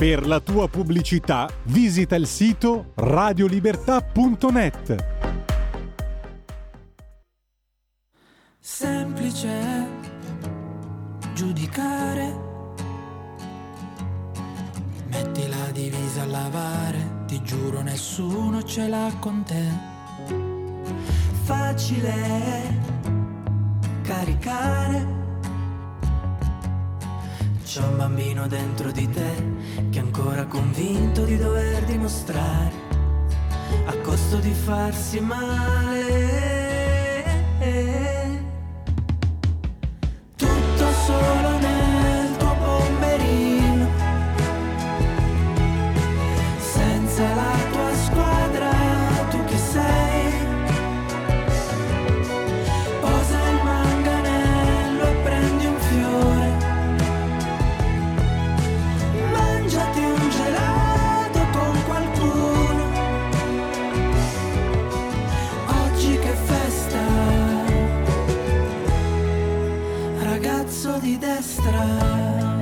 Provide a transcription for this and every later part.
Per la tua pubblicità visita il sito radiolibertà.net. Semplice giudicare, metti la divisa a lavare, ti giuro nessuno ce l'ha con te. Facile caricare, c'è un bambino dentro di te che è ancora convinto di dover dimostrare a costo di farsi male. Tutto solo nel tuo bomberino, senza la tua squadra, tu chi sei? Posa il manganello e prendi un fiore, mangiati un gelato con qualcuno. Oggi che festa, ragazzo di destra.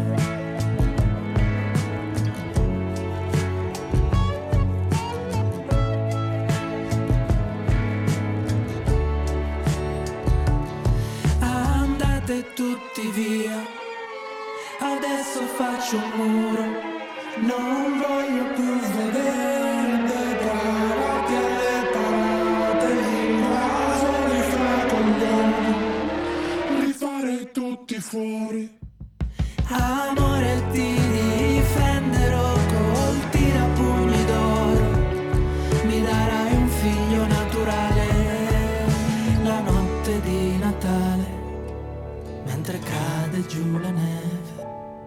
Andate tutti via, adesso faccio un muro, non voglio più vedere preparati alle parate, l'invaso li fa condono, li farei tutti fuori. Amore, ti difenderò col tirapugni d'oro, mi darai un figlio naturale la notte di Natale, mentre cade giù la neve.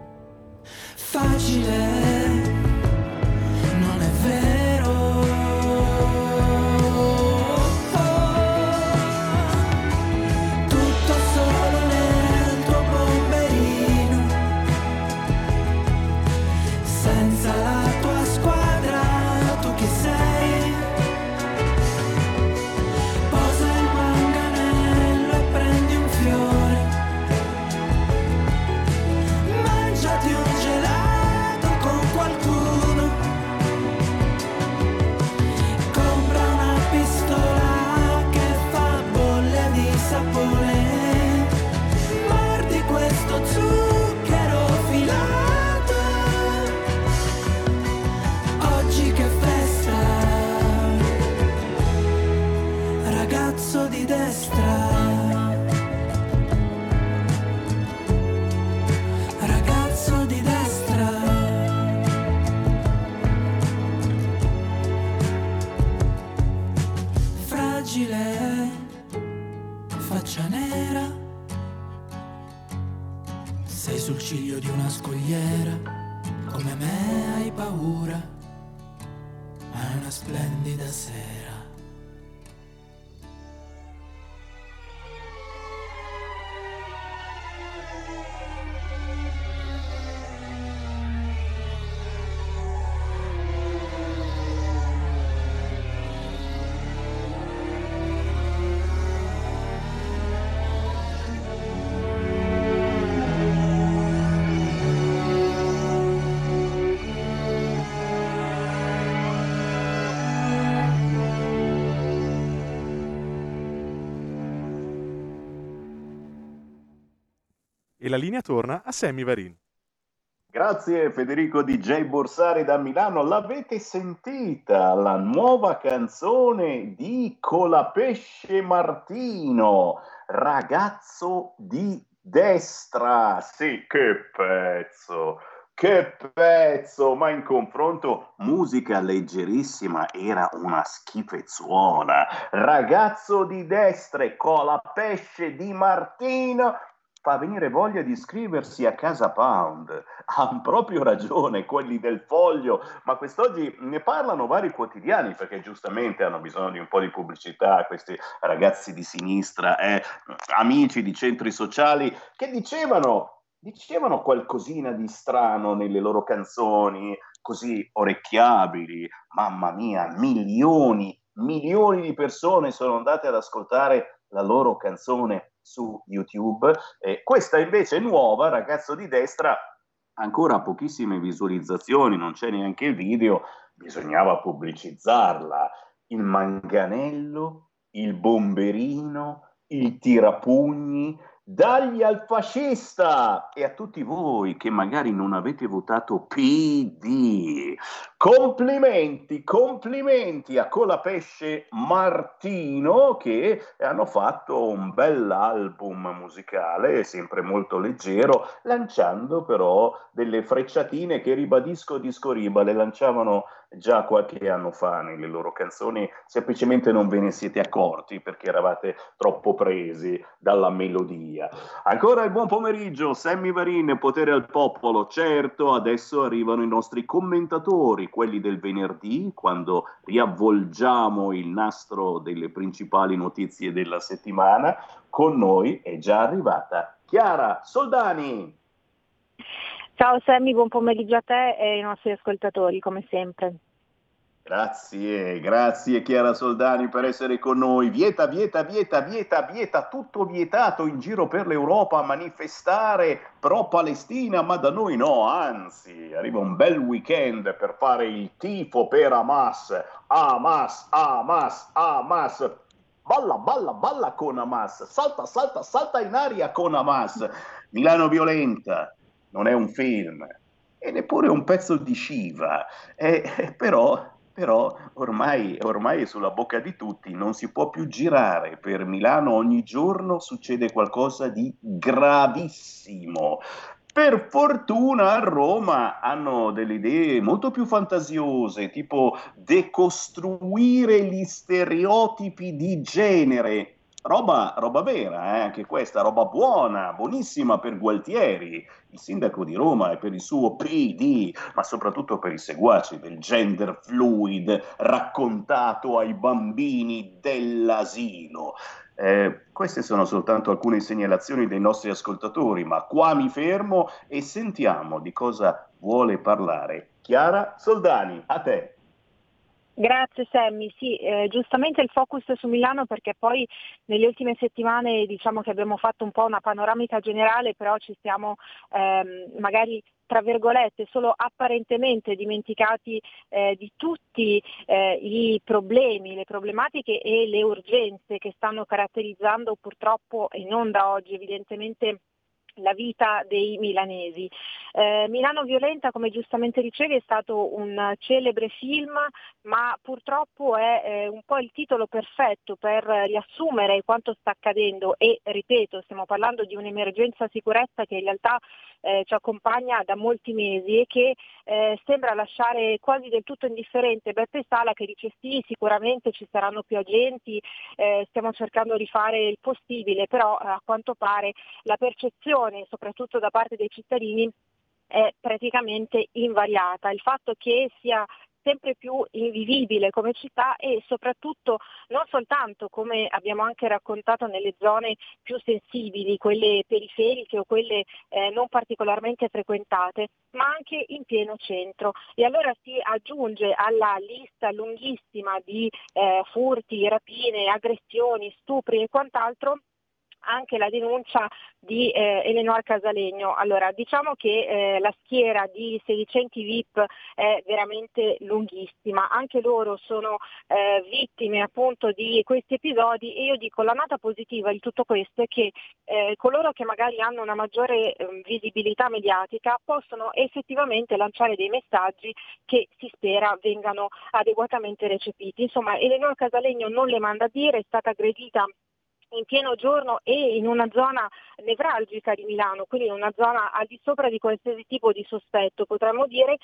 Facile, non è vero. Tutto solo nel tuo bomberino, senza la tua squadra, tu chi sei? Posa il manganello e prendi un fiore, mangiati un gelato con qualcuno, compra una pistola che fa bolle di sapone, mordi questo zucchero filato. Oggi che festa, ragazzo di destra. Ragazzo di destra, fragile, faccia nera, sei sul ciglio di una scogliera, come me hai paura, ma è una splendida sera. E la linea torna a Sammy Varin. Grazie Federico DJ Borsari da Milano. L'avete sentita la nuova canzone di Colapesce Martino, Ragazzo di destra? Sì, che pezzo, ma in confronto musica leggerissima era una schifezzuona. Ragazzo di destra e Colapesce di Martino fa venire voglia di iscriversi a Casa Pound. Han proprio ragione quelli del Foglio, ma quest'oggi ne parlano vari quotidiani perché giustamente hanno bisogno di un po' di pubblicità, questi ragazzi di sinistra, amici di centri sociali che dicevano qualcosina di strano nelle loro canzoni, così orecchiabili. Mamma mia, milioni di persone sono andate ad ascoltare la loro canzone su YouTube. Questa invece è nuova, Ragazzo di destra, ancora pochissime visualizzazioni, non c'è neanche il video, bisognava pubblicizzarla. Il manganello, il bomberino, il tirapugni, dagli al fascista e a tutti voi che magari non avete votato PD. Complimenti, complimenti a Colapesce Martino che hanno fatto un bell'album musicale, sempre molto leggero, lanciando però delle frecciatine che ribadisco disco riba, le lanciavano già qualche anno fa nelle loro canzoni, semplicemente non ve ne siete accorti perché eravate troppo presi dalla melodia. Ancora il buon pomeriggio, Sammy Varin, Potere al Popolo. Certo, adesso arrivano i nostri commentatori, quelli del venerdì, quando riavvolgiamo il nastro delle principali notizie della settimana. Con noi è già arrivata Chiara Soldani. Ciao Sammy, buon pomeriggio a te e ai nostri ascoltatori, come sempre. Grazie Chiara Soldani per essere con noi. Vieta, tutto vietato in giro per l'Europa a manifestare pro Palestina, ma da noi no, anzi, arriva un bel weekend per fare il tifo per Hamas. Hamas. Balla con Hamas, salta in aria con Hamas. Milano violenta, non è un film e neppure un pezzo di Shiva, però ormai è sulla bocca di tutti, non si può più girare per Milano, ogni giorno succede qualcosa di gravissimo. Per fortuna a Roma hanno delle idee molto più fantasiose, tipo decostruire gli stereotipi di genere. Roba vera, anche questa, roba buona, buonissima per Gualtieri, il sindaco di Roma, e per il suo PD, ma soprattutto per i seguaci del gender fluid raccontato ai bambini dell'asilo. Queste sono soltanto alcune segnalazioni dei nostri ascoltatori, ma qua mi fermo e sentiamo di cosa vuole parlare Chiara Soldani. A te. Grazie Sammy, sì, giustamente il focus su Milano perché poi nelle ultime settimane diciamo che abbiamo fatto un po' una panoramica generale, però ci siamo magari tra virgolette solo apparentemente dimenticati di tutti i problemi, le problematiche e le urgenze che stanno caratterizzando purtroppo e non da oggi evidentemente la vita dei milanesi. Milano violenta, come giustamente dicevi, è stato un celebre film, ma purtroppo è un po' il titolo perfetto per riassumere quanto sta accadendo e, ripeto, stiamo parlando di un'emergenza sicurezza che in realtà ci accompagna da molti mesi e che sembra lasciare quasi del tutto indifferente Beppe Sala, che dice sì, sicuramente ci saranno più agenti, stiamo cercando di fare il possibile, però a quanto pare la percezione soprattutto da parte dei cittadini è praticamente invariata. Il fatto che sia sempre più invivibile come città e soprattutto non soltanto, come abbiamo anche raccontato, nelle zone più sensibili, quelle periferiche o quelle non particolarmente frequentate, ma anche in pieno centro. E allora si aggiunge alla lista lunghissima di furti, rapine, aggressioni, stupri e quant'altro anche la denuncia di Eleonora Casalegno. Allora, diciamo che la schiera di sedicenti VIP è veramente lunghissima, anche loro sono vittime appunto di questi episodi e io dico la nota positiva di tutto questo è che coloro che magari hanno una maggiore visibilità mediatica possono effettivamente lanciare dei messaggi che si spera vengano adeguatamente recepiti. Insomma, Eleonora Casalegno non le manda a dire, è stata aggredita in pieno giorno e in una zona nevralgica di Milano, quindi in una zona al di sopra di qualsiasi tipo di sospetto, potremmo dire,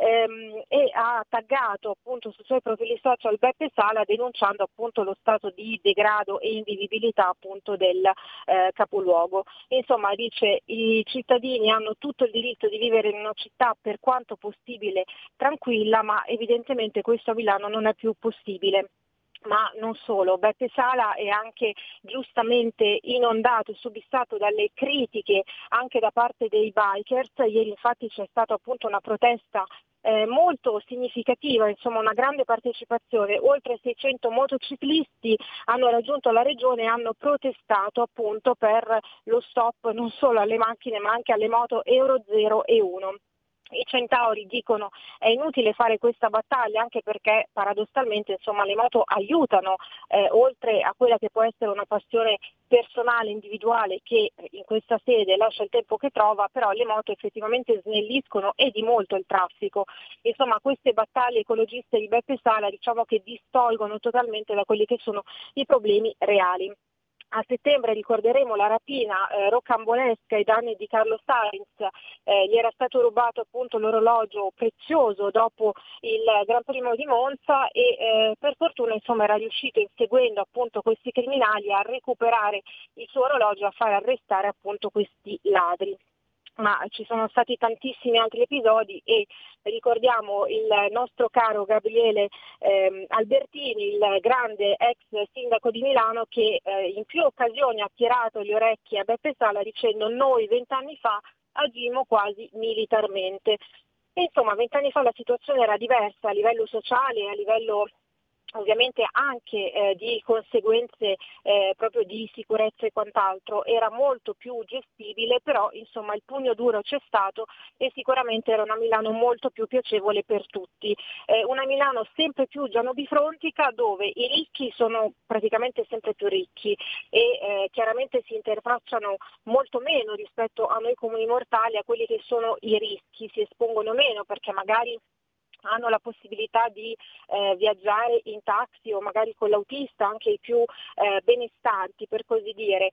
e ha taggato appunto sui suoi profili social Beppe Sala denunciando appunto lo stato di degrado e invivibilità appunto del capoluogo. Insomma, dice i cittadini hanno tutto il diritto di vivere in una città per quanto possibile tranquilla, ma evidentemente questo a Milano non è più possibile. Ma non solo, Beppe Sala è anche giustamente inondato e subissato dalle critiche anche da parte dei bikers. Ieri infatti c'è stata appunto una protesta molto significativa, insomma una grande partecipazione. Oltre 600 motociclisti hanno raggiunto la regione e hanno protestato appunto per lo stop non solo alle macchine ma anche alle moto Euro 0 e 1. I centauri dicono è inutile fare questa battaglia anche perché paradossalmente insomma le moto aiutano, oltre a quella che può essere una passione personale, individuale che in questa sede lascia il tempo che trova, però le moto effettivamente snelliscono e di molto il traffico. Insomma queste battaglie ecologiste di Beppe Sala diciamo che distolgono totalmente da quelli che sono i problemi reali. A settembre ricorderemo la rapina rocambolesca ai danni di Carlo Sainz, gli era stato rubato appunto l'orologio prezioso dopo il Gran Premio di Monza e per fortuna insomma era riuscito, inseguendo appunto questi criminali, a recuperare il suo orologio e a far arrestare appunto questi ladri. Ma ci sono stati tantissimi altri episodi e ricordiamo il nostro caro Gabriele Albertini, il grande ex sindaco di Milano, che in più occasioni ha tirato le orecchie a Beppe Sala dicendo noi 20 anni fa agimmo quasi militarmente. E insomma 20 anni fa la situazione era diversa a livello sociale, a livello ovviamente anche di conseguenze proprio di sicurezza e quant'altro, era molto più gestibile, però insomma il pugno duro c'è stato e sicuramente era una Milano molto più piacevole per tutti, una Milano sempre più gianobifrontica dove i ricchi sono praticamente sempre più ricchi e chiaramente si interfacciano molto meno rispetto a noi comuni mortali, a quelli che sono i rischi, si espongono meno perché magari hanno la possibilità di viaggiare in taxi o magari con l'autista, anche i più benestanti per così dire,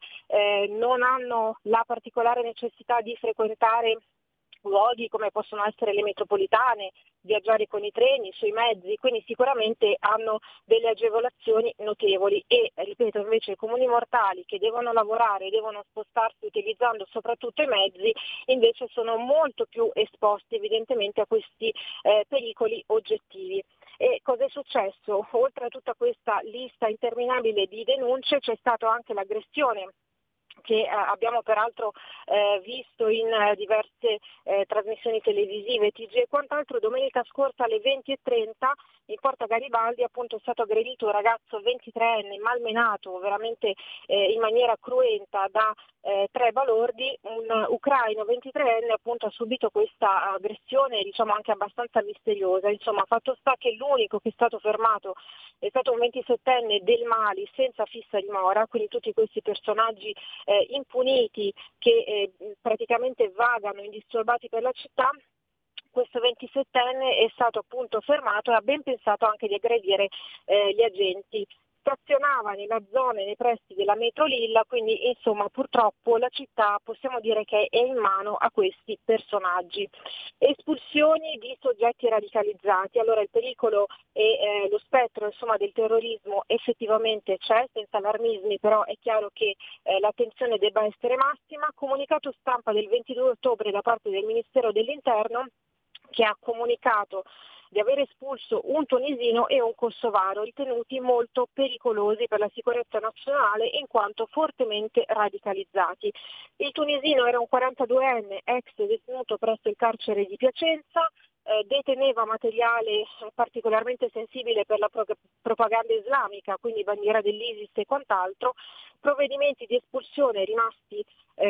non hanno la particolare necessità di frequentare luoghi come possono essere le metropolitane, viaggiare con i treni, sui mezzi, quindi sicuramente hanno delle agevolazioni notevoli e, ripeto, invece i comuni mortali che devono lavorare, devono spostarsi utilizzando soprattutto i mezzi, invece sono molto più esposti evidentemente a questi pericoli oggettivi. E cosa è successo? Oltre a tutta questa lista interminabile di denunce c'è stata anche l'aggressione che abbiamo peraltro visto in diverse trasmissioni televisive, TG e quant'altro. Domenica scorsa alle 20:30 in Porta Garibaldi appunto è stato aggredito un ragazzo 23enne malmenato veramente in maniera cruenta da 3 balordi. Un ucraino 23enne appunto ha subito questa aggressione diciamo anche abbastanza misteriosa. Insomma, fatto sta che l'unico che è stato fermato è stato un 27enne del Mali senza fissa dimora, quindi tutti questi personaggi impuniti che praticamente vagano indisturbati per la città. Questo 27enne è stato appunto fermato e ha ben pensato anche di aggredire gli agenti. Stazionava nella zona, nei pressi della metro Lilla, quindi insomma purtroppo la città possiamo dire che è in mano a questi personaggi. Espulsioni di soggetti radicalizzati, allora il pericolo e lo spettro insomma del terrorismo effettivamente c'è, senza allarmismi, però è chiaro che l'attenzione debba essere massima. Comunicato stampa del 22 ottobre da parte del Ministero dell'Interno che ha comunicato di aver espulso un tunisino e un kosovaro ritenuti molto pericolosi per la sicurezza nazionale in quanto fortemente radicalizzati. Il tunisino era un 42enne ex detenuto presso il carcere di Piacenza, deteneva materiale particolarmente sensibile per la propaganda islamica, quindi bandiera dell'ISIS e quant'altro, provvedimenti di espulsione rimasti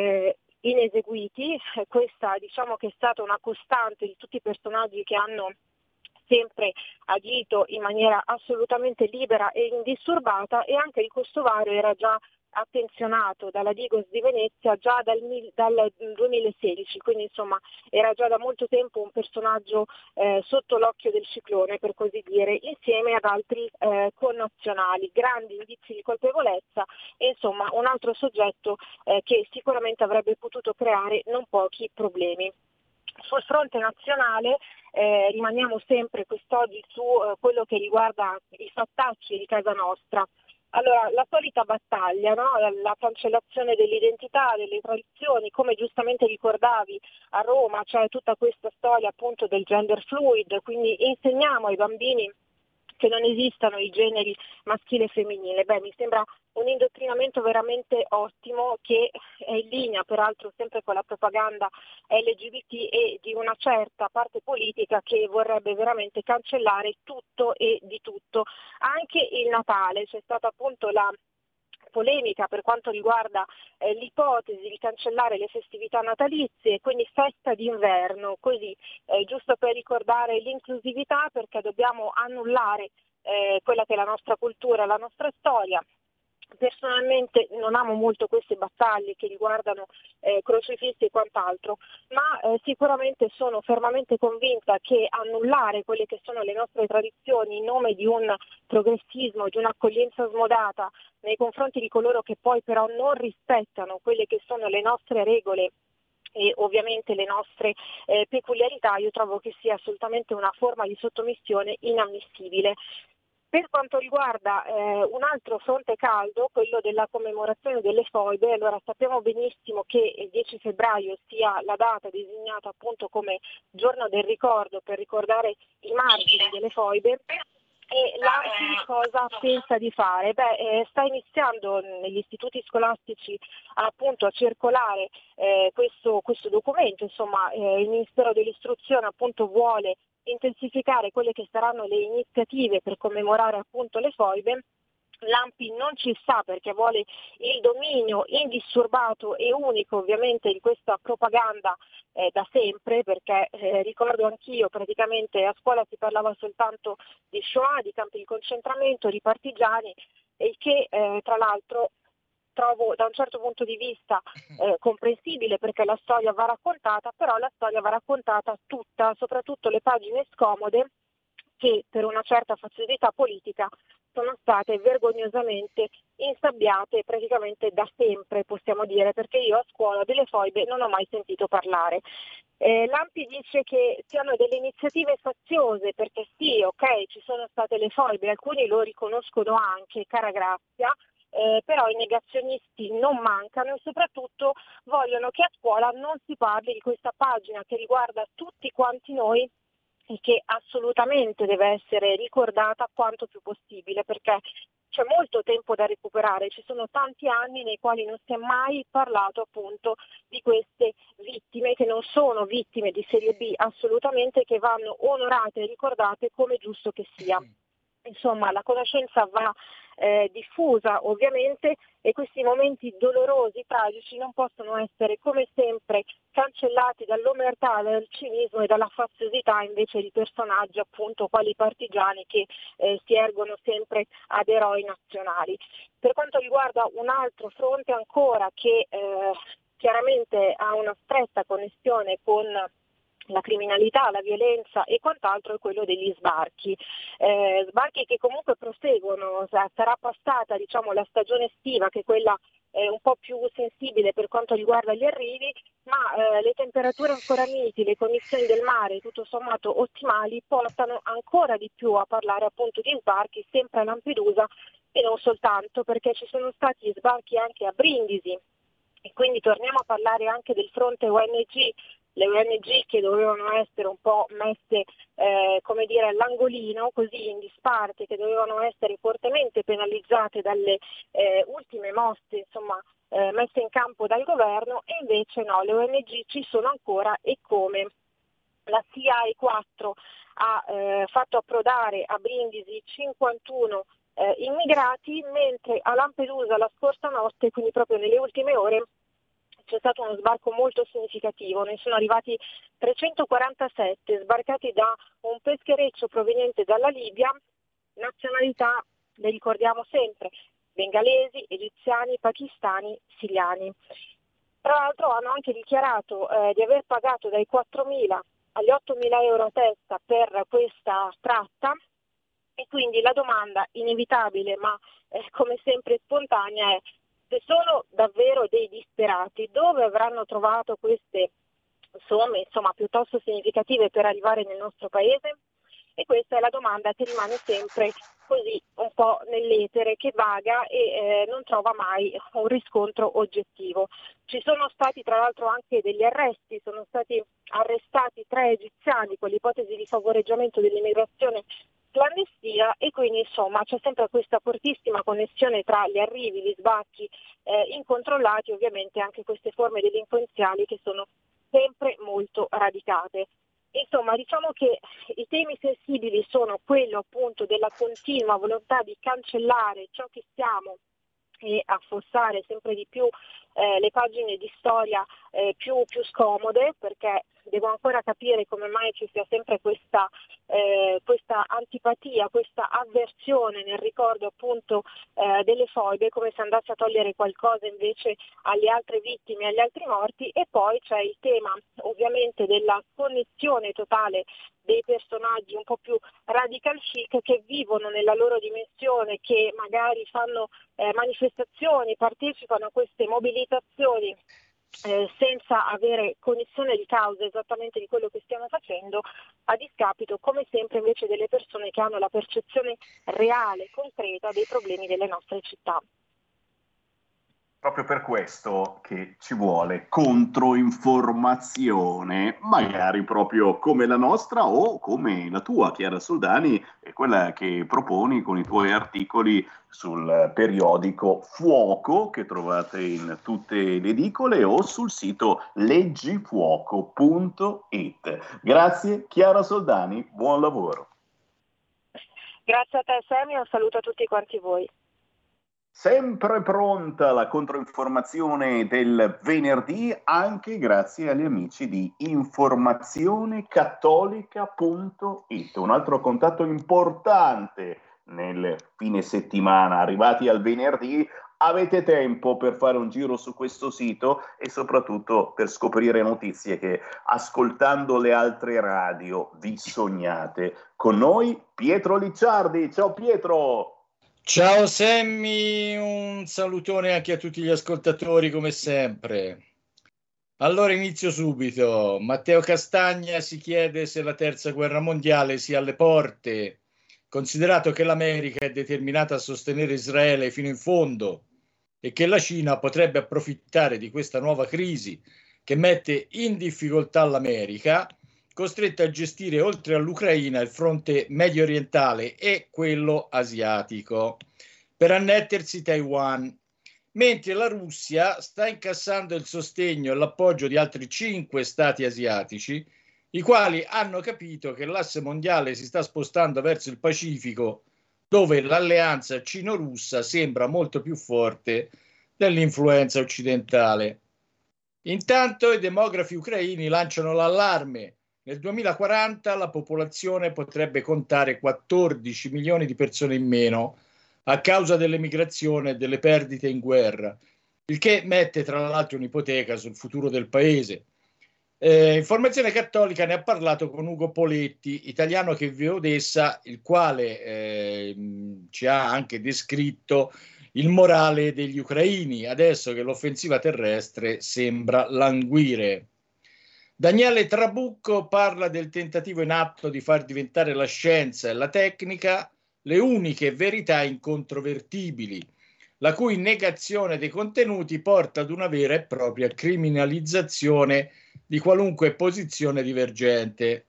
ineseguiti. Questa diciamo che è stata una costante di tutti i personaggi che hanno sempre agito in maniera assolutamente libera e indisturbata, e anche il kosovaro era già attenzionato dalla Digos di Venezia già dal 2016, quindi insomma era già da molto tempo un personaggio sotto l'occhio del ciclone per così dire, insieme ad altri connazionali, grandi indizi di colpevolezza e insomma un altro soggetto che sicuramente avrebbe potuto creare non pochi problemi. Sul fronte nazionale rimaniamo sempre quest'oggi su quello che riguarda i fattacci di casa nostra. Allora, la solita battaglia, no? La cancellazione dell'identità, delle tradizioni, come giustamente ricordavi a Roma, c'è tutta questa storia appunto del gender fluid, quindi insegniamo ai bambini che non esistano i generi maschile e femminile. Mi sembra un indottrinamento veramente ottimo, che è in linea peraltro sempre con la propaganda LGBT e di una certa parte politica che vorrebbe veramente cancellare tutto e di tutto, anche il Natale. C'è stata appunto la polemica per quanto riguarda l'ipotesi di cancellare le festività natalizie, quindi festa d'inverno, così giusto per ricordare l'inclusività, perché dobbiamo annullare quella che è la nostra cultura, la nostra storia. Personalmente non amo molto queste battaglie che riguardano crocifissi e quant'altro, ma sicuramente sono fermamente convinta che annullare quelle che sono le nostre tradizioni in nome di un progressismo, di un'accoglienza smodata nei confronti di coloro che poi però non rispettano quelle che sono le nostre regole e ovviamente le nostre peculiarità, io trovo che sia assolutamente una forma di sottomissione inammissibile. Per quanto riguarda un altro fronte caldo, quello della commemorazione delle foibe, allora sappiamo benissimo che il 10 febbraio sia la data designata appunto come giorno del ricordo per ricordare i martiri delle foibe. E l'ANPI cosa pensa di fare? Sta iniziando negli istituti scolastici appunto a circolare questo documento, insomma il Ministero dell'Istruzione appunto vuole intensificare quelle che saranno le iniziative per commemorare appunto le foibe. L'ANPI non ci sta perché vuole il dominio indisturbato e unico ovviamente di questa propaganda da sempre, perché ricordo anch'io praticamente a scuola si parlava soltanto di Shoah, di campi di concentramento, di partigiani, e che tra l'altro trovo da un certo punto di vista comprensibile, perché la storia va raccontata, però la storia va raccontata tutta, soprattutto le pagine scomode che per una certa faziosità politica sono state vergognosamente insabbiate praticamente da sempre, possiamo dire, perché io a scuola delle foibe non ho mai sentito parlare. L'ANPI dice che siano delle iniziative faziose, perché sì, ok, ci sono state le foibe, alcuni lo riconoscono anche, cara Grazia, però i negazionisti non mancano e soprattutto vogliono che a scuola non si parli di questa pagina che riguarda tutti quanti noi e che assolutamente deve essere ricordata quanto più possibile, perché c'è molto tempo da recuperare, ci sono tanti anni nei quali non si è mai parlato appunto di queste vittime, che non sono vittime di serie B assolutamente, che vanno onorate e ricordate come giusto che sia. Insomma, la conoscenza va diffusa ovviamente, e questi momenti dolorosi, tragici, non possono essere come sempre cancellati dall'omertà, dal cinismo e dalla faziosità invece di personaggi appunto quali i partigiani che si ergono sempre ad eroi nazionali. Per quanto riguarda un altro fronte ancora che chiaramente ha una stretta connessione con la criminalità, la violenza e quant'altro, è quello degli sbarchi. Sbarchi che comunque proseguono, sarà passata diciamo la stagione estiva, che è quella un po' più sensibile per quanto riguarda gli arrivi, ma le temperature ancora miti, le condizioni del mare tutto sommato ottimali portano ancora di più a parlare appunto di sbarchi sempre a Lampedusa, e non soltanto, perché ci sono stati sbarchi anche a Brindisi, e quindi torniamo a parlare anche del fronte ONG. Le ONG che dovevano essere un po' messe come dire all'angolino, così in disparte, che dovevano essere fortemente penalizzate dalle ultime mosse insomma messe in campo dal governo, e invece no, le ONG ci sono ancora, e come. La CIA 4 ha fatto approdare a Brindisi 51 immigrati, mentre a Lampedusa la scorsa notte, quindi proprio nelle ultime ore, c'è stato uno sbarco molto significativo, ne sono arrivati 347 sbarcati da un peschereccio proveniente dalla Libia, nazionalità, le ricordiamo sempre, bengalesi, egiziani, pakistani, siriani. Tra l'altro hanno anche dichiarato di aver pagato dai 4.000 agli 8.000 euro a testa per questa tratta, e quindi la domanda inevitabile, ma come sempre spontanea, è: se sono davvero dei disperati, dove avranno trovato queste somme insomma piuttosto significative per arrivare nel nostro paese? E questa è la domanda che rimane sempre così un po' nell'etere, che vaga e non trova mai un riscontro oggettivo. Ci sono stati tra l'altro anche degli arresti, sono stati arrestati 3 egiziani con l'ipotesi di favoreggiamento dell'immigrazione clandestina, e quindi insomma c'è sempre questa fortissima connessione tra gli arrivi, gli sbarchi incontrollati, ovviamente anche queste forme delinquenziali che sono sempre molto radicate. Insomma, diciamo che i temi sensibili sono quello appunto della continua volontà di cancellare ciò che siamo e affossare sempre di più le pagine di storia più scomode, perché devo ancora capire come mai ci sia sempre questa antipatia, questa avversione nel ricordo appunto delle foibe, come se andasse a togliere qualcosa invece alle altre vittime, agli altri morti. E poi c'è il tema ovviamente della connessione totale dei personaggi un po' più radical chic, che vivono nella loro dimensione, che magari fanno manifestazioni, partecipano a queste mobilitazioni senza avere cognizione di causa esattamente di quello che stiamo facendo, a discapito come sempre invece delle persone che hanno la percezione reale, concreta dei problemi delle nostre città. Proprio per questo che ci vuole controinformazione, magari proprio come la nostra o come la tua, Chiara Soldani, e quella che proponi con i tuoi articoli sul periodico Fuoco, che trovate in tutte le edicole, o sul sito leggifuoco.it. Grazie Chiara Soldani, buon lavoro. Grazie a te Semi, un saluto a tutti quanti voi. Sempre pronta la controinformazione del venerdì, anche grazie agli amici di informazionecattolica.it. Un altro contatto importante nel fine settimana. Arrivati al venerdì, avete tempo per fare un giro su questo sito e soprattutto per scoprire notizie che, ascoltando le altre radio, vi sognate. Con noi Pietro Licciardi. Ciao Pietro! Ciao Sammy, un salutone anche a tutti gli ascoltatori come sempre. Allora inizio subito. Matteo Castagna si chiede se la terza guerra mondiale sia alle porte, considerato che l'America è determinata a sostenere Israele fino in fondo e che la Cina potrebbe approfittare di questa nuova crisi che mette in difficoltà l'America, costretta a gestire oltre all'Ucraina il fronte medio orientale e quello asiatico per annettersi Taiwan, mentre la Russia sta incassando il sostegno e l'appoggio di altri 5 stati asiatici, i quali hanno capito che l'asse mondiale si sta spostando verso il Pacifico, dove l'alleanza cino-russa sembra molto più forte dell'influenza occidentale. Intanto i demografi ucraini lanciano l'allarme. Nel 2040 la popolazione potrebbe contare 14 milioni di persone in meno a causa dell'emigrazione e delle perdite in guerra, il che mette tra l'altro un'ipoteca sul futuro del paese. Informazione Cattolica ne ha parlato con Ugo Poletti, italiano che vive a Odessa, il quale ci ha anche descritto il morale degli ucraini adesso che l'offensiva terrestre sembra languire. Daniele Trabucco parla del tentativo in atto di far diventare la scienza e la tecnica le uniche verità incontrovertibili, la cui negazione dei contenuti porta ad una vera e propria criminalizzazione di qualunque posizione divergente.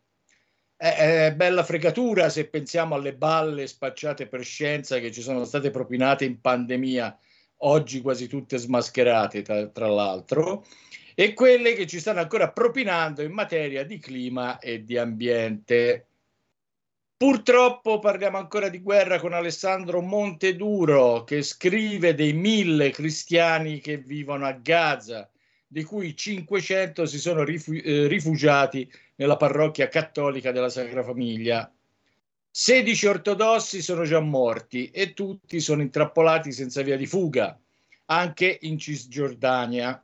È bella fregatura se pensiamo alle balle spacciate per scienza che ci sono state propinate in pandemia, oggi quasi tutte smascherate tra l'altro, e quelle che ci stanno ancora propinando in materia di clima e di ambiente. Purtroppo parliamo ancora di guerra con Alessandro Monteduro, che scrive dei 1000 cristiani che vivono a Gaza, di cui 500 si sono rifugiati nella parrocchia cattolica della Sacra Famiglia. 16 ortodossi sono già morti e tutti sono intrappolati senza via di fuga, anche in Cisgiordania.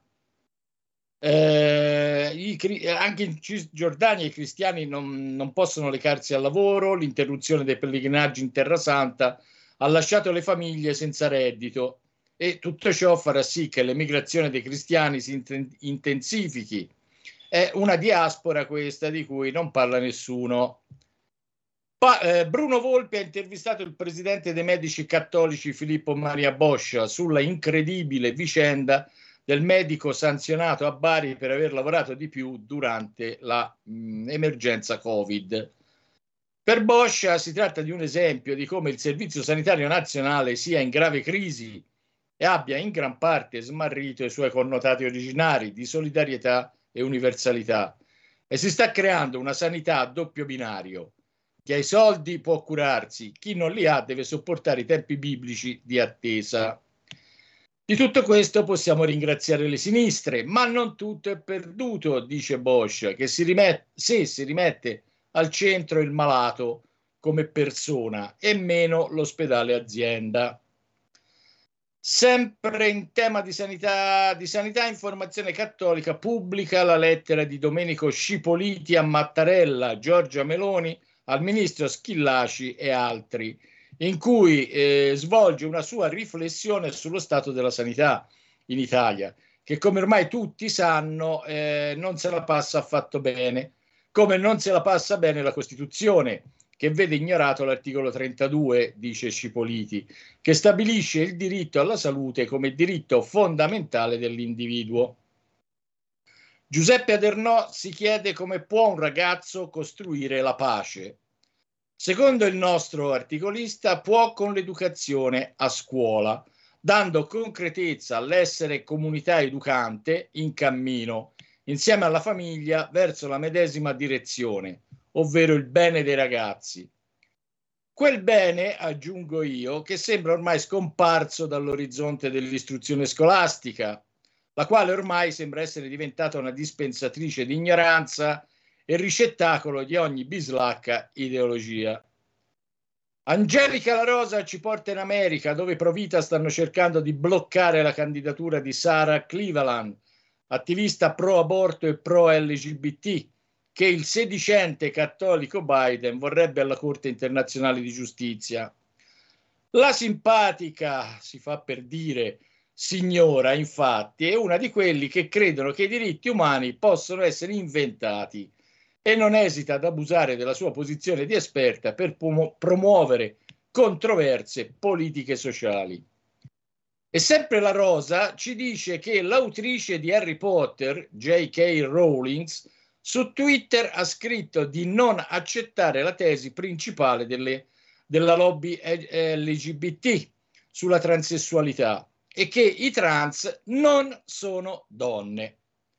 Anche in Cisgiordania i cristiani non possono recarsi al lavoro, l'interruzione dei pellegrinaggi in Terra Santa ha lasciato le famiglie senza reddito e tutto ciò farà sì che l'emigrazione dei cristiani si intensifichi. È una diaspora questa di cui non parla nessuno. Bruno Volpi ha intervistato il presidente dei medici cattolici Filippo Maria Boscia sulla incredibile vicenda del medico sanzionato a Bari per aver lavorato di più durante la emergenza Covid. Per Boscia si tratta di un esempio di come il Servizio Sanitario Nazionale sia in grave crisi e abbia in gran parte smarrito i suoi connotati originari di solidarietà e universalità, e si sta creando una sanità a doppio binario. Chi ha i soldi può curarsi, chi non li ha deve sopportare i tempi biblici di attesa. Di tutto questo possiamo ringraziare le sinistre, ma non tutto è perduto, dice Boscia, che si rimette al centro il malato come persona e meno l'ospedale azienda. Sempre in tema di sanità, Informazione Cattolica pubblica la lettera di Domenico Scipoliti a Mattarella, Giorgia Meloni, al ministro Schillaci e altri, in cui svolge una sua riflessione sullo stato della sanità in Italia, che come ormai tutti sanno non se la passa affatto bene, come non se la passa bene la Costituzione, che vede ignorato l'articolo 32, dice Scipoliti, che stabilisce il diritto alla salute come diritto fondamentale dell'individuo. Giuseppe Adernò si chiede come può un ragazzo costruire la pace. Secondo il nostro articolista, può con l'educazione a scuola, dando concretezza all'essere comunità educante in cammino, insieme alla famiglia, verso la medesima direzione, ovvero il bene dei ragazzi. Quel bene, aggiungo io, che sembra ormai scomparso dall'orizzonte dell'istruzione scolastica, la quale ormai sembra essere diventata una dispensatrice di ignoranza e ricettacolo di ogni bislacca ideologia. Angelica La Rosa ci porta in America, dove i Provita stanno cercando di bloccare la candidatura di Sarah Cleveland, attivista pro-aborto e pro-LGBT, che il sedicente cattolico Biden vorrebbe alla Corte internazionale di giustizia. La simpatica, si fa per dire, signora, infatti, è una di quelli che credono che i diritti umani possono essere inventati e non esita ad abusare della sua posizione di esperta per promuovere controverse politiche sociali. E sempre La Rosa ci dice che l'autrice di Harry Potter, J.K. Rowling, su Twitter ha scritto di non accettare la tesi principale della lobby LGBT sulla transessualità e che i trans non sono donne.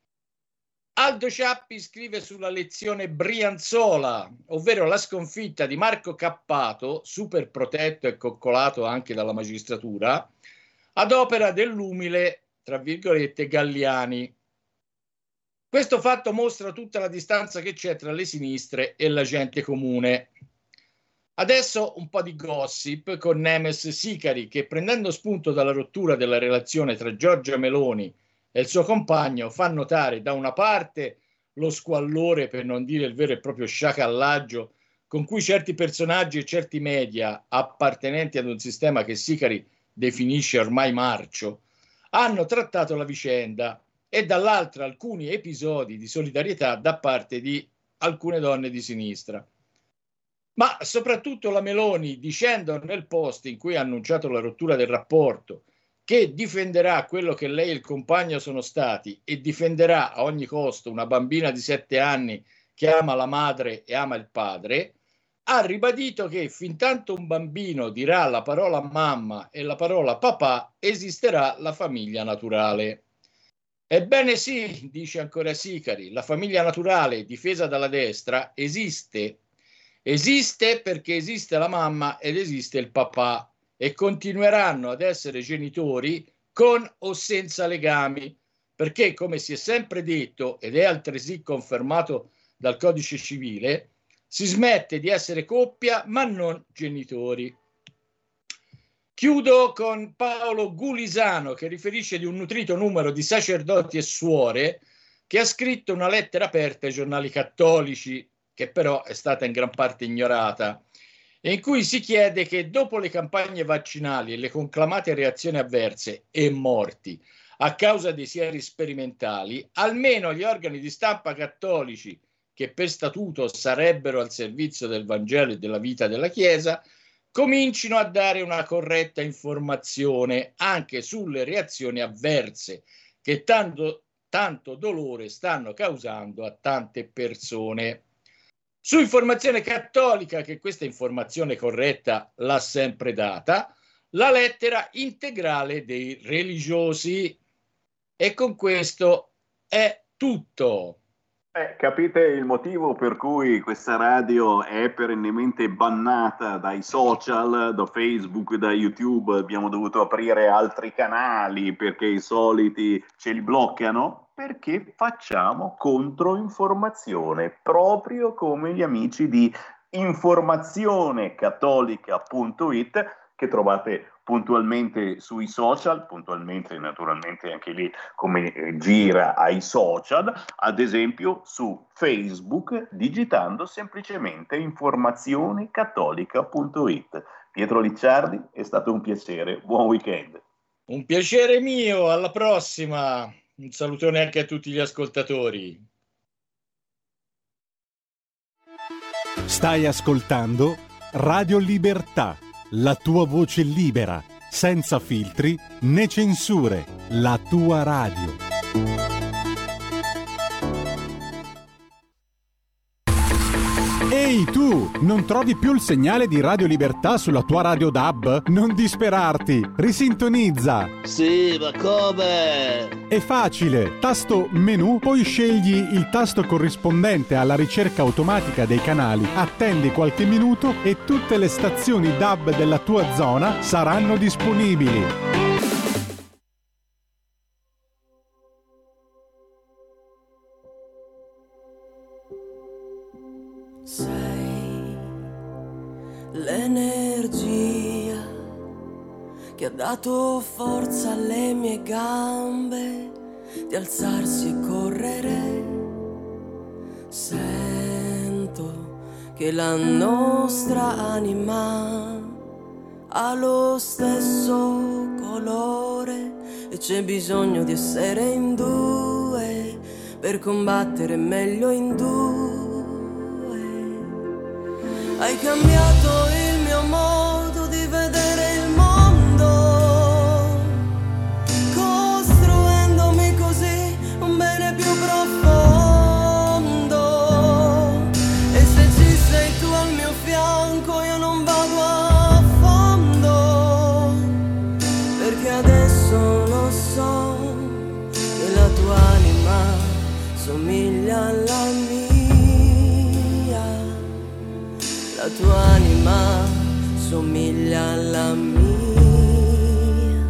Aldo Ciappi scrive sulla lezione Brianzola, ovvero la sconfitta di Marco Cappato, super protetto e coccolato anche dalla magistratura, ad opera dell'umile, tra virgolette, Galliani. Questo fatto mostra tutta la distanza che c'è tra le sinistre e la gente comune. Adesso un po' di gossip con Nemes Sicari, che prendendo spunto dalla rottura della relazione tra Giorgia Meloni e il suo compagno fa notare da una parte lo squallore, per non dire il vero e proprio sciacallaggio, con cui certi personaggi e certi media appartenenti ad un sistema che Sicari definisce ormai marcio, hanno trattato la vicenda, e dall'altra alcuni episodi di solidarietà da parte di alcune donne di sinistra. Ma soprattutto la Meloni, dicendo nel post in cui ha annunciato la rottura del rapporto che difenderà quello che lei e il compagno sono stati e difenderà a ogni costo una bambina di 7 anni che ama la madre e ama il padre, ha ribadito che fintanto un bambino dirà la parola mamma e la parola papà, esisterà la famiglia naturale. Ebbene sì, dice ancora Sicari, la famiglia naturale difesa dalla destra esiste. Esiste perché esiste la mamma ed esiste il papà e continueranno ad essere genitori con o senza legami, perché come si è sempre detto ed è altresì confermato dal codice civile, si smette di essere coppia ma non genitori. Chiudo con Paolo Gulisano, che riferisce di un nutrito numero di sacerdoti e suore che ha scritto una lettera aperta ai giornali cattolici, che però è stata in gran parte ignorata, e in cui si chiede che dopo le campagne vaccinali e le conclamate reazioni avverse e morti a causa dei sieri sperimentali, almeno gli organi di stampa cattolici, che per statuto sarebbero al servizio del Vangelo e della vita della Chiesa, comincino a dare una corretta informazione anche sulle reazioni avverse che tanto dolore stanno causando a tante persone. Su Informazione Cattolica, che questa informazione corretta l'ha sempre data, la lettera integrale dei religiosi. E con questo è tutto. Capite il motivo per cui questa radio è perennemente bannata dai social, da Facebook, da YouTube? Abbiamo dovuto aprire altri canali perché i soliti ce li bloccano? Perché facciamo controinformazione, proprio come gli amici di informazionecattolica.it, che trovate puntualmente sui social, puntualmente naturalmente anche lì come gira ai social, ad esempio su Facebook, digitando semplicemente informazionecattolica.it. Pietro Licciardi, è stato un piacere, buon weekend. Un piacere mio, alla prossima. Un salutone anche a tutti gli ascoltatori. Stai ascoltando Radio Libertà, la tua voce libera, senza filtri né censure, la tua radio. Ehi tu, non trovi più il segnale di Radio Libertà sulla tua radio DAB? Non disperarti, risintonizza! Sì, ma come? È facile, tasto menu, poi scegli il tasto corrispondente alla ricerca automatica dei canali, attendi qualche minuto e tutte le stazioni DAB della tua zona saranno disponibili. Sei l'energia che ha dato forza alle mie gambe di alzarsi e correre. Sento che la nostra anima ha lo stesso colore e c'è bisogno di essere in due per combattere meglio in due. Hai cambiato il mio modo di vedere il mondo, costruendomi così un bene più profondo. E se ci sei tu al mio fianco io non vado a fondo, perché adesso lo so che la tua anima somiglia alla mia. La tua anima somiglia alla mia.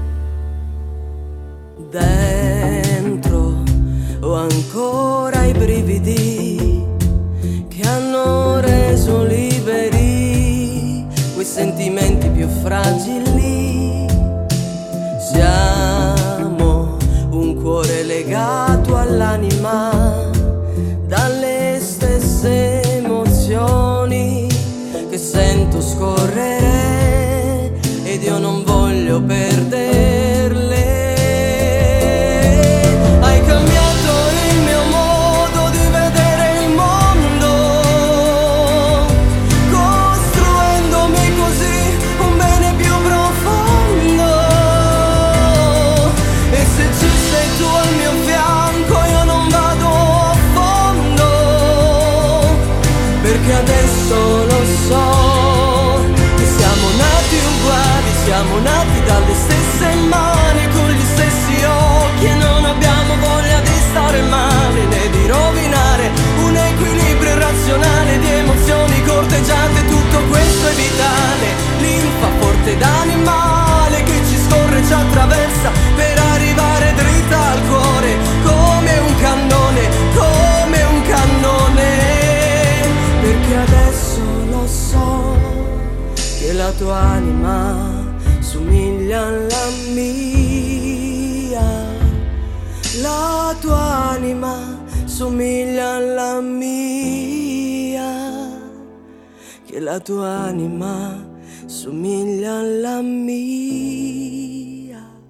Dentro ho ancora i brividi che hanno reso liberi quei sentimenti più fragili. Siamo un cuore legato all'anima dalle stesse emozioni che sento scorrere ed io non voglio perderle. Hai cambiato il mio modo di vedere il mondo, costruendomi così un bene più profondo. E se ci sei tu al mio fianco io non vado a fondo, perché adesso lo so che siamo nati uguali, siamo nati dalle stesse mani, con gli stessi occhi e non abbiamo voglia di stare male né di rovinare un equilibrio irrazionale di emozioni corteggiate. Tutto questo è vitale, linfa forte d'animale che ci scorre, ci attraversa per arrivare dritta al cuore, come un cannone, come un cannone. Perché adesso lo so che la tua anima somiglia alla mia. La tua anima somiglia alla mia. Che la tua anima somiglia alla mia.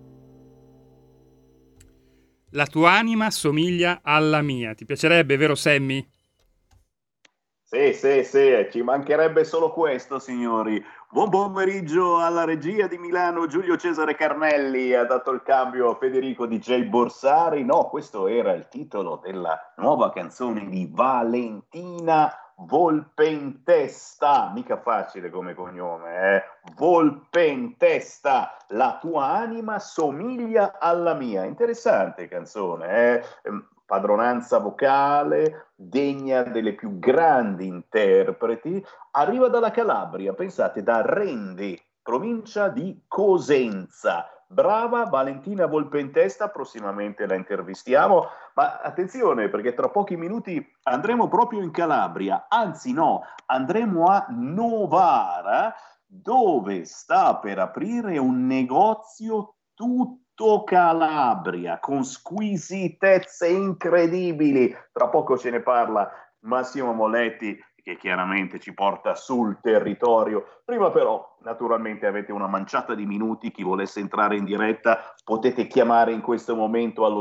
La tua anima somiglia alla mia. Ti piacerebbe, vero Sammy? Sì, ci mancherebbe solo questo, signori. Buon pomeriggio alla regia di Milano. Giulio Cesare Carnelli ha dato il cambio a Federico DJ Borsari. No, questo era il titolo della nuova canzone di Valentina Volpe in testa, mica facile come cognome, Volpe in testa, la tua anima somiglia alla mia. Interessante canzone, padronanza vocale, degna delle più grandi interpreti. Arriva dalla Calabria, pensate, da Rendi, provincia di Cosenza. Brava Valentina Volpe in testa, prossimamente la intervistiamo, ma attenzione perché tra pochi minuti andremo proprio in Calabria, anzi no, andremo a Novara, dove sta per aprire un negozio tutto Calabria, con squisitezze incredibili. Tra poco ce ne parla Massimo Moletti, che chiaramente ci porta sul territorio. Prima però, naturalmente, avete una manciata di minuti. Chi volesse entrare in diretta potete chiamare in questo momento allo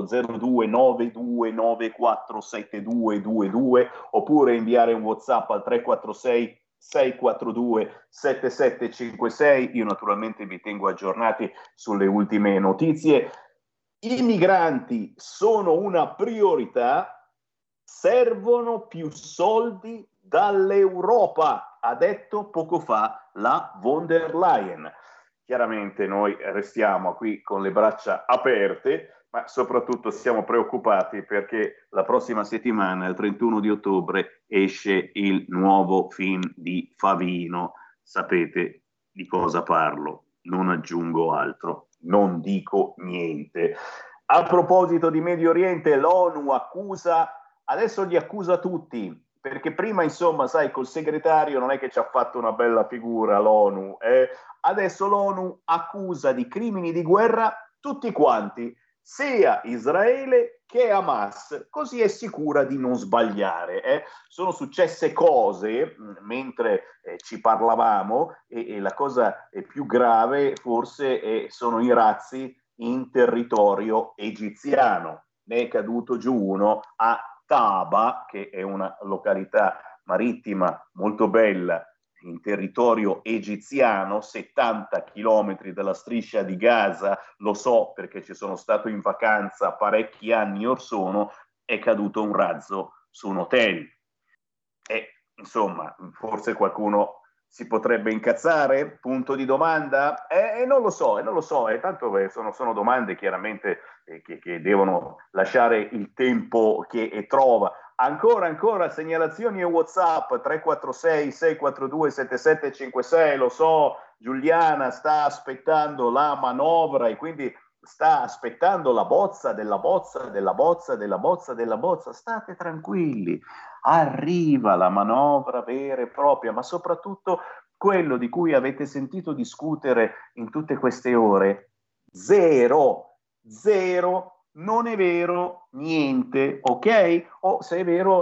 0292947222 oppure inviare un WhatsApp al 346 642 7756. Io naturalmente vi tengo aggiornati sulle ultime notizie. I migranti sono una priorità, servono più soldi dall'Europa, ha detto poco fa la von der Leyen. Chiaramente noi restiamo qui con le braccia aperte, ma soprattutto siamo preoccupati perché la prossima settimana, il 31 di ottobre, esce il nuovo film di Favino. Sapete di cosa parlo, non aggiungo altro, non dico niente. A proposito di Medio Oriente, l'ONU accusa, adesso li accusa tutti, perché prima, insomma, sai, col segretario non è che ci ha fatto una bella figura l'ONU, adesso l'ONU accusa di crimini di guerra tutti quanti, sia Israele che Hamas, così è sicura di non sbagliare. Sono successe cose mentre ci parlavamo e la cosa più grave forse sono i razzi in territorio egiziano. Ne è caduto giù uno a Taba, che è una località marittima molto bella in territorio egiziano, 70 chilometri dalla striscia di Gaza, lo so perché ci sono stato in vacanza parecchi anni or sono, è caduto un razzo su un hotel. E insomma, forse qualcuno si potrebbe incazzare? Punto di domanda? Non lo so, tanto sono domande chiaramente che devono lasciare il tempo che trova. Ancora segnalazioni e WhatsApp 346 642 7756. Lo so, Giuliana sta aspettando la manovra e quindi sta aspettando la bozza della bozza della bozza della bozza della bozza. State tranquilli, arriva la manovra vera e propria, ma soprattutto quello di cui avete sentito discutere in tutte queste ore, zero, non è vero niente, ok? O se è vero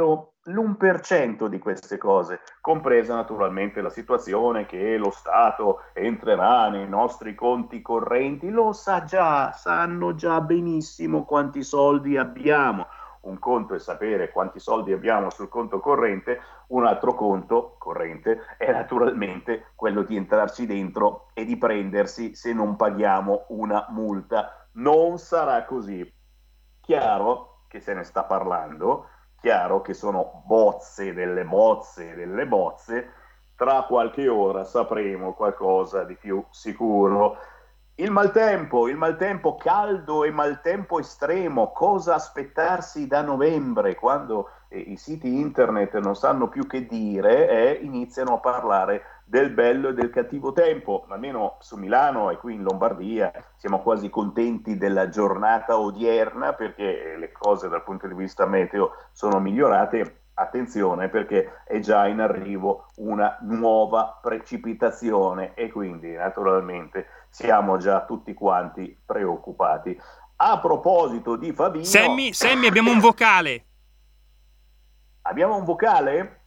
l'1% di queste cose, compresa naturalmente la situazione che lo Stato entrerà nei nostri conti correnti, lo sa già, sanno già benissimo quanti soldi abbiamo. Un conto è sapere quanti soldi abbiamo sul conto corrente, un altro conto corrente è naturalmente quello di entrarci dentro e di prendersi se non paghiamo una multa. Non sarà così. Chiaro che se ne sta parlando, chiaro che sono bozze delle bozze, tra qualche ora sapremo qualcosa di più sicuro. Il maltempo caldo e maltempo estremo, cosa aspettarsi da novembre quando i siti internet non sanno più che dire e iniziano a parlare del bello e del cattivo tempo. Almeno su Milano e qui in Lombardia siamo quasi contenti della giornata odierna perché le cose dal punto di vista meteo sono migliorate. Attenzione perché è già in arrivo una nuova precipitazione e quindi naturalmente siamo già tutti quanti preoccupati. A proposito di Favino... Sammy, abbiamo un vocale. Abbiamo un vocale?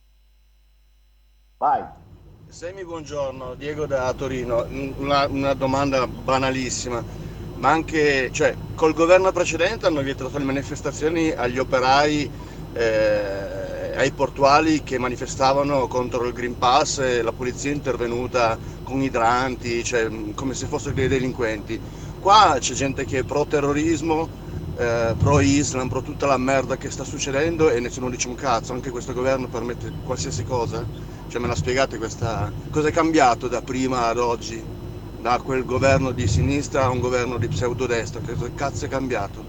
Vai. Sammy, buongiorno, Diego da Torino. Una domanda banalissima, ma anche, cioè, col governo precedente hanno vietato le manifestazioni agli operai, ai portuali che manifestavano contro il Green Pass e la polizia è intervenuta con idranti, cioè come se fossero dei delinquenti. Qua c'è gente che è pro terrorismo, pro-Islam, pro tutta la merda che sta succedendo, e nessuno dice un cazzo. Anche questo governo permette qualsiasi cosa. Cioè, me la spiegate cosa è cambiato da prima ad oggi, da quel governo di sinistra a un governo di pseudodestra? Cosa cazzo è cambiato?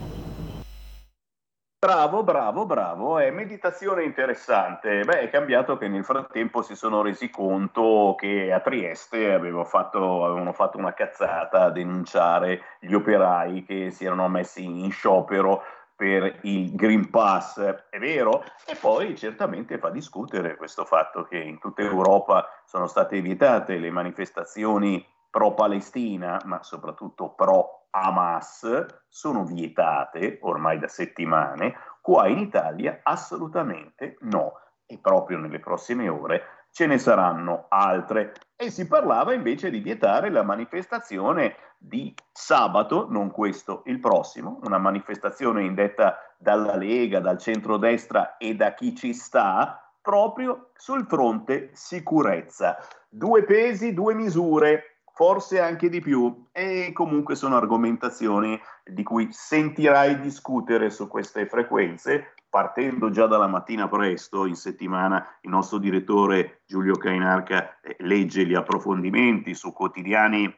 Bravo, è meditazione interessante. Beh, è cambiato che nel frattempo si sono resi conto che a Trieste avevano fatto una cazzata a denunciare gli operai che si erano messi in sciopero per il Green Pass, è vero? E poi certamente fa discutere questo fatto che in tutta Europa sono state vietate le manifestazioni pro-Palestina, ma soprattutto pro-Hamas, sono vietate ormai da settimane. Qua in Italia assolutamente no, e proprio nelle prossime ore ce ne saranno altre. E si parlava invece di vietare la manifestazione di sabato, non questo, il prossimo, una manifestazione indetta dalla Lega, dal centrodestra e da chi ci sta, proprio sul fronte sicurezza. 2 pesi, 2 misure, forse anche di più, e comunque sono argomentazioni di cui sentirai discutere su queste frequenze, partendo già dalla mattina presto. In settimana il nostro direttore Giulio Cainarca legge gli approfondimenti su quotidiani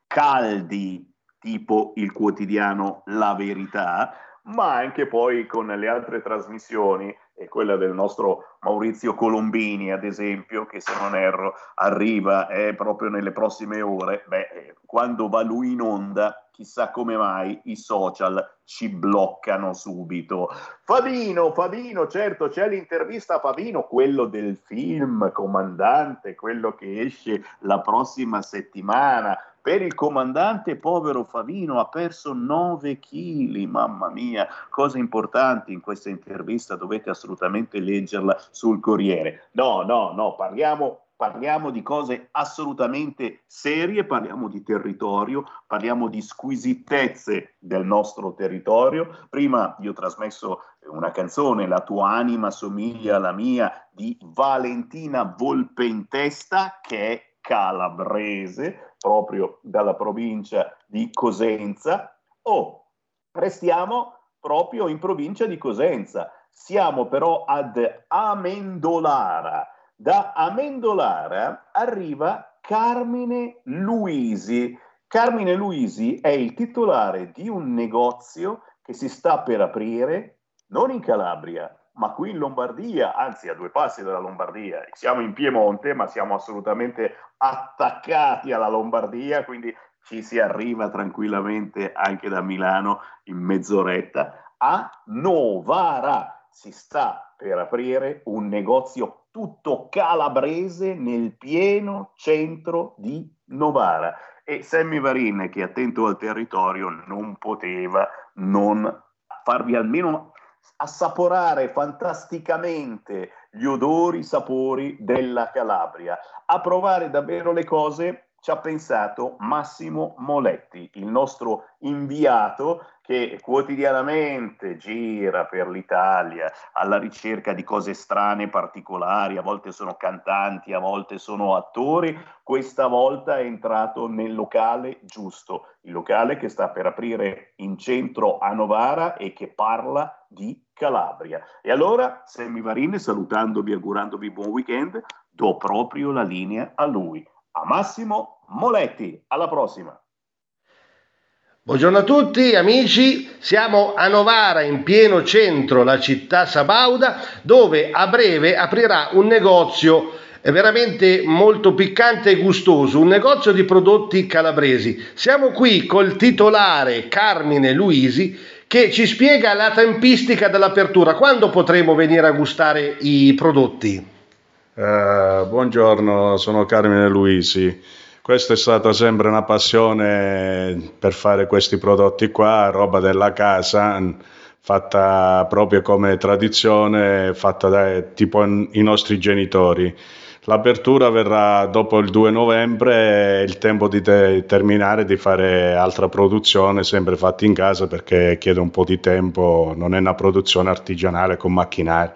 caldi, tipo il quotidiano La Verità, ma anche poi con le altre trasmissioni, e quella del nostro Maurizio Colombini, ad esempio, che se non erro arriva proprio nelle prossime ore. Quando va lui in onda, chissà come mai i social ci bloccano subito. Favino, certo, c'è l'intervista a Favino, quello del film Comandante, quello che esce la prossima settimana. Per il comandante povero Favino ha perso 9 kg, mamma mia, cose importanti in questa intervista, dovete assolutamente leggerla sul Corriere. No, parliamo di cose assolutamente serie, parliamo di territorio, parliamo di squisitezze del nostro territorio. Prima vi ho trasmesso una canzone, La tua anima somiglia alla mia, di Valentina Volpentesta, che è calabrese, proprio dalla provincia di Cosenza. Restiamo proprio in provincia di Cosenza, siamo però ad Amendolara. Da Amendolara arriva Carmine Luisi. Carmine Luisi è il titolare di un negozio che si sta per aprire non in Calabria, ma qui in Lombardia, anzi a 2 passi dalla Lombardia. Siamo in Piemonte, ma siamo assolutamente attaccati alla Lombardia, quindi ci si arriva tranquillamente anche da Milano in mezz'oretta. A Novara si sta per aprire un negozio tutto calabrese nel pieno centro di Novara, e Sammy Varin, che è attento al territorio, non poteva non farvi almeno assaporare fantasticamente gli odori, i sapori della Calabria. A provare davvero le cose ci ha pensato Massimo Moletti, il nostro inviato che quotidianamente gira per l'Italia alla ricerca di cose strane, particolari. A volte sono cantanti, a volte sono attori. Questa volta è entrato nel locale giusto, il locale che sta per aprire in centro a Novara e che parla di Calabria. E allora, Sammy Varin, salutandovi e augurandovi buon weekend, do proprio la linea a lui, a Massimo Moletti. Alla prossima. Buongiorno a tutti amici, siamo a Novara, in pieno centro, la città sabauda, dove a breve aprirà un negozio veramente molto piccante e gustoso, un negozio di prodotti calabresi. Siamo qui col titolare Carmine Luisi, che ci spiega la tempistica dell'apertura. Quando potremo venire a gustare i prodotti? Buongiorno, sono Carmine Luisi. Questa è stata sempre una passione per fare questi prodotti qua, roba della casa, fatta proprio come tradizione, fatta tipo i nostri genitori. L'apertura verrà dopo il 2 novembre, è il tempo di terminare di fare altra produzione, sempre fatta in casa, perché chiede un po' di tempo, non è una produzione artigianale con macchinari.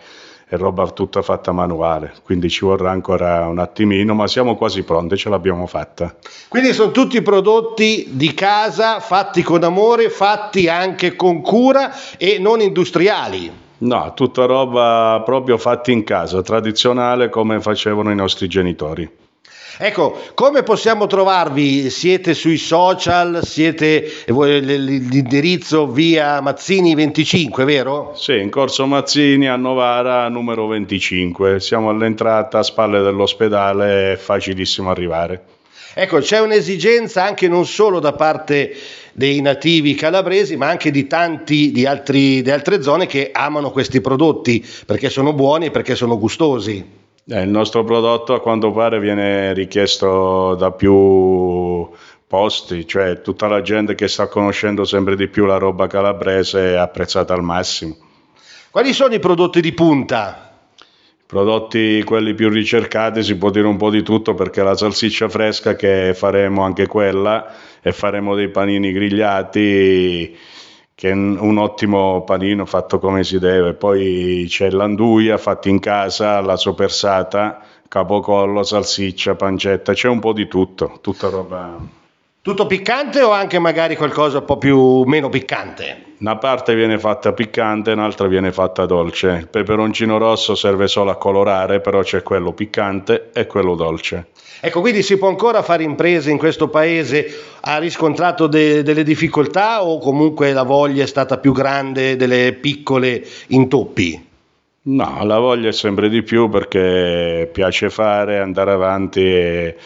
è roba tutta fatta manuale, quindi ci vorrà ancora un attimino, ma siamo quasi pronti, ce l'abbiamo fatta. Quindi sono tutti prodotti di casa, fatti con amore, fatti anche con cura e non industriali. No, tutta roba proprio fatta in casa, tradizionale come facevano i nostri genitori. Ecco, come possiamo trovarvi? Siete sui social, siete l'indirizzo via Mazzini 25, vero? Sì, in Corso Mazzini a Novara numero 25, siamo all'entrata a spalle dell'ospedale, è facilissimo arrivare. Ecco, c'è un'esigenza anche non solo da parte dei nativi calabresi, ma anche di tanti di altre zone che amano questi prodotti perché sono buoni e perché sono gustosi. Il nostro prodotto a quanto pare viene richiesto da più posti, cioè tutta la gente che sta conoscendo sempre di più la roba calabrese è apprezzata al massimo. Quali sono i prodotti di punta? I prodotti, quelli più ricercati, si può dire un po' di tutto, perché la salsiccia fresca, che faremo anche quella, e faremo dei panini grigliati, che è un ottimo panino fatto come si deve. Poi c'è l'anduia fatta in casa, la sopersata, capocollo, salsiccia, pancetta, c'è un po' di tutto, tutta roba. Tutto piccante o anche magari qualcosa un po' più meno piccante? Una parte viene fatta piccante, un'altra viene fatta dolce. Il peperoncino rosso serve solo a colorare, però c'è quello piccante e quello dolce. Ecco, quindi si può ancora fare imprese in questo paese? Ha riscontrato delle difficoltà o comunque la voglia è stata più grande delle piccole intoppi? No, la voglia è sempre di più, perché piace fare, andare avanti e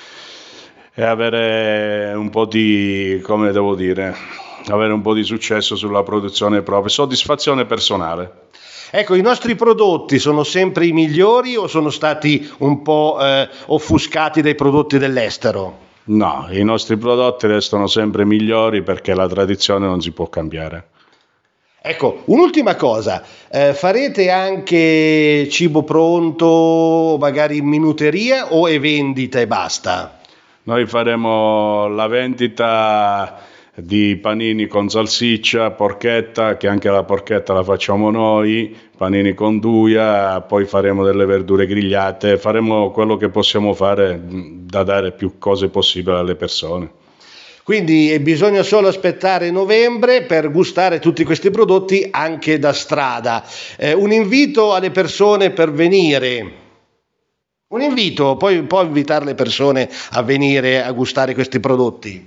avere un po' di, come devo dire, avere un po' di successo sulla produzione propria, soddisfazione personale. Ecco, i nostri prodotti sono sempre i migliori o sono stati un po' offuscati dai prodotti dell'estero? No, i nostri prodotti restano sempre migliori, perché la tradizione non si può cambiare. Ecco, un'ultima cosa, farete anche cibo pronto, magari in minuteria, o è vendita e basta? Noi faremo la vendita di panini con salsiccia, porchetta, che anche la porchetta la facciamo noi, panini con duia, poi faremo delle verdure grigliate, faremo quello che possiamo fare da dare più cose possibili alle persone. Quindi bisogna solo aspettare novembre per gustare tutti questi prodotti anche da strada. Un invito alle persone per venire. Un invito, poi può invitare le persone a venire a gustare questi prodotti.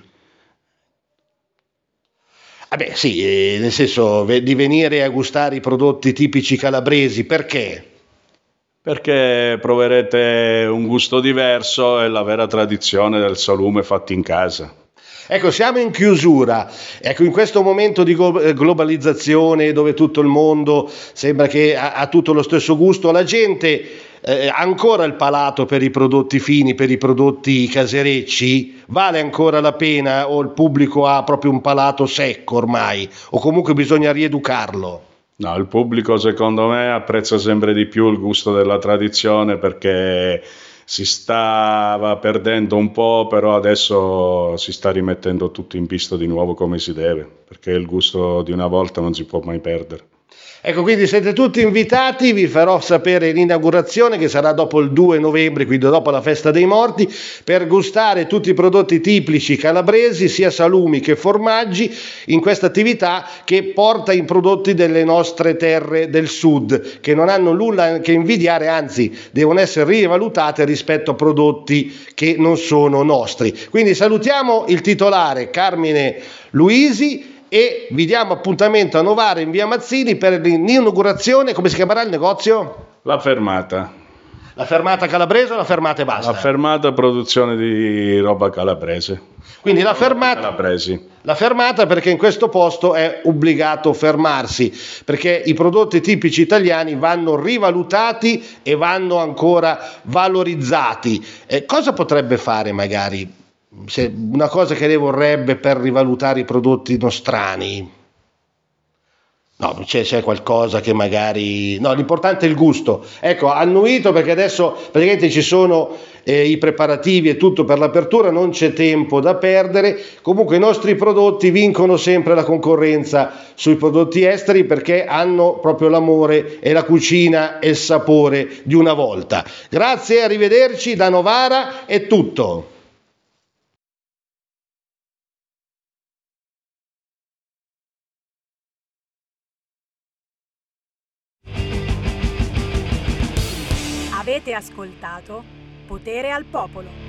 Sì, nel senso di venire a gustare i prodotti tipici calabresi, perché? Perché proverete un gusto diverso e la vera tradizione del salume fatto in casa. Ecco, siamo in chiusura, ecco, in questo momento di globalizzazione dove tutto il mondo sembra che ha tutto lo stesso gusto, la gente ha ancora il palato per i prodotti fini, per i prodotti caserecci? Vale ancora la pena o il pubblico ha proprio un palato secco ormai? O comunque bisogna rieducarlo? No, il pubblico secondo me apprezza sempre di più il gusto della tradizione, perché si stava perdendo un po', però adesso si sta rimettendo tutto in pista di nuovo come si deve, perché il gusto di una volta non si può mai perdere. Ecco, quindi siete tutti invitati, vi farò sapere l'inaugurazione che sarà dopo il 2 novembre, quindi dopo la festa dei morti, per gustare tutti i prodotti tipici calabresi, sia salumi che formaggi, in questa attività che porta i prodotti delle nostre terre del sud, che non hanno nulla che invidiare, anzi devono essere rivalutate rispetto a prodotti che non sono nostri. Quindi salutiamo il titolare Carmine Luisi e vi diamo appuntamento a Novara in via Mazzini per l'inaugurazione. Come si chiamerà il negozio? La Fermata. La Fermata calabrese o la Fermata e basta? La Fermata, produzione di roba calabrese. Quindi la Fermata, calabresi. La Fermata, perché in questo posto è obbligato fermarsi, perché i prodotti tipici italiani vanno rivalutati e vanno ancora valorizzati. Cosa potrebbe fare magari? Una cosa che lei vorrebbe per rivalutare i prodotti nostrani, No, c'è qualcosa che magari... No, l'importante è il gusto. Ecco, annuito perché adesso praticamente ci sono i preparativi e tutto per l'apertura, non c'è tempo da perdere. Comunque i nostri prodotti vincono sempre la concorrenza sui prodotti esteri perché hanno proprio l'amore e la cucina e il sapore di una volta. Grazie, arrivederci, da Novara è tutto. Avete ascoltato Potere al Popolo.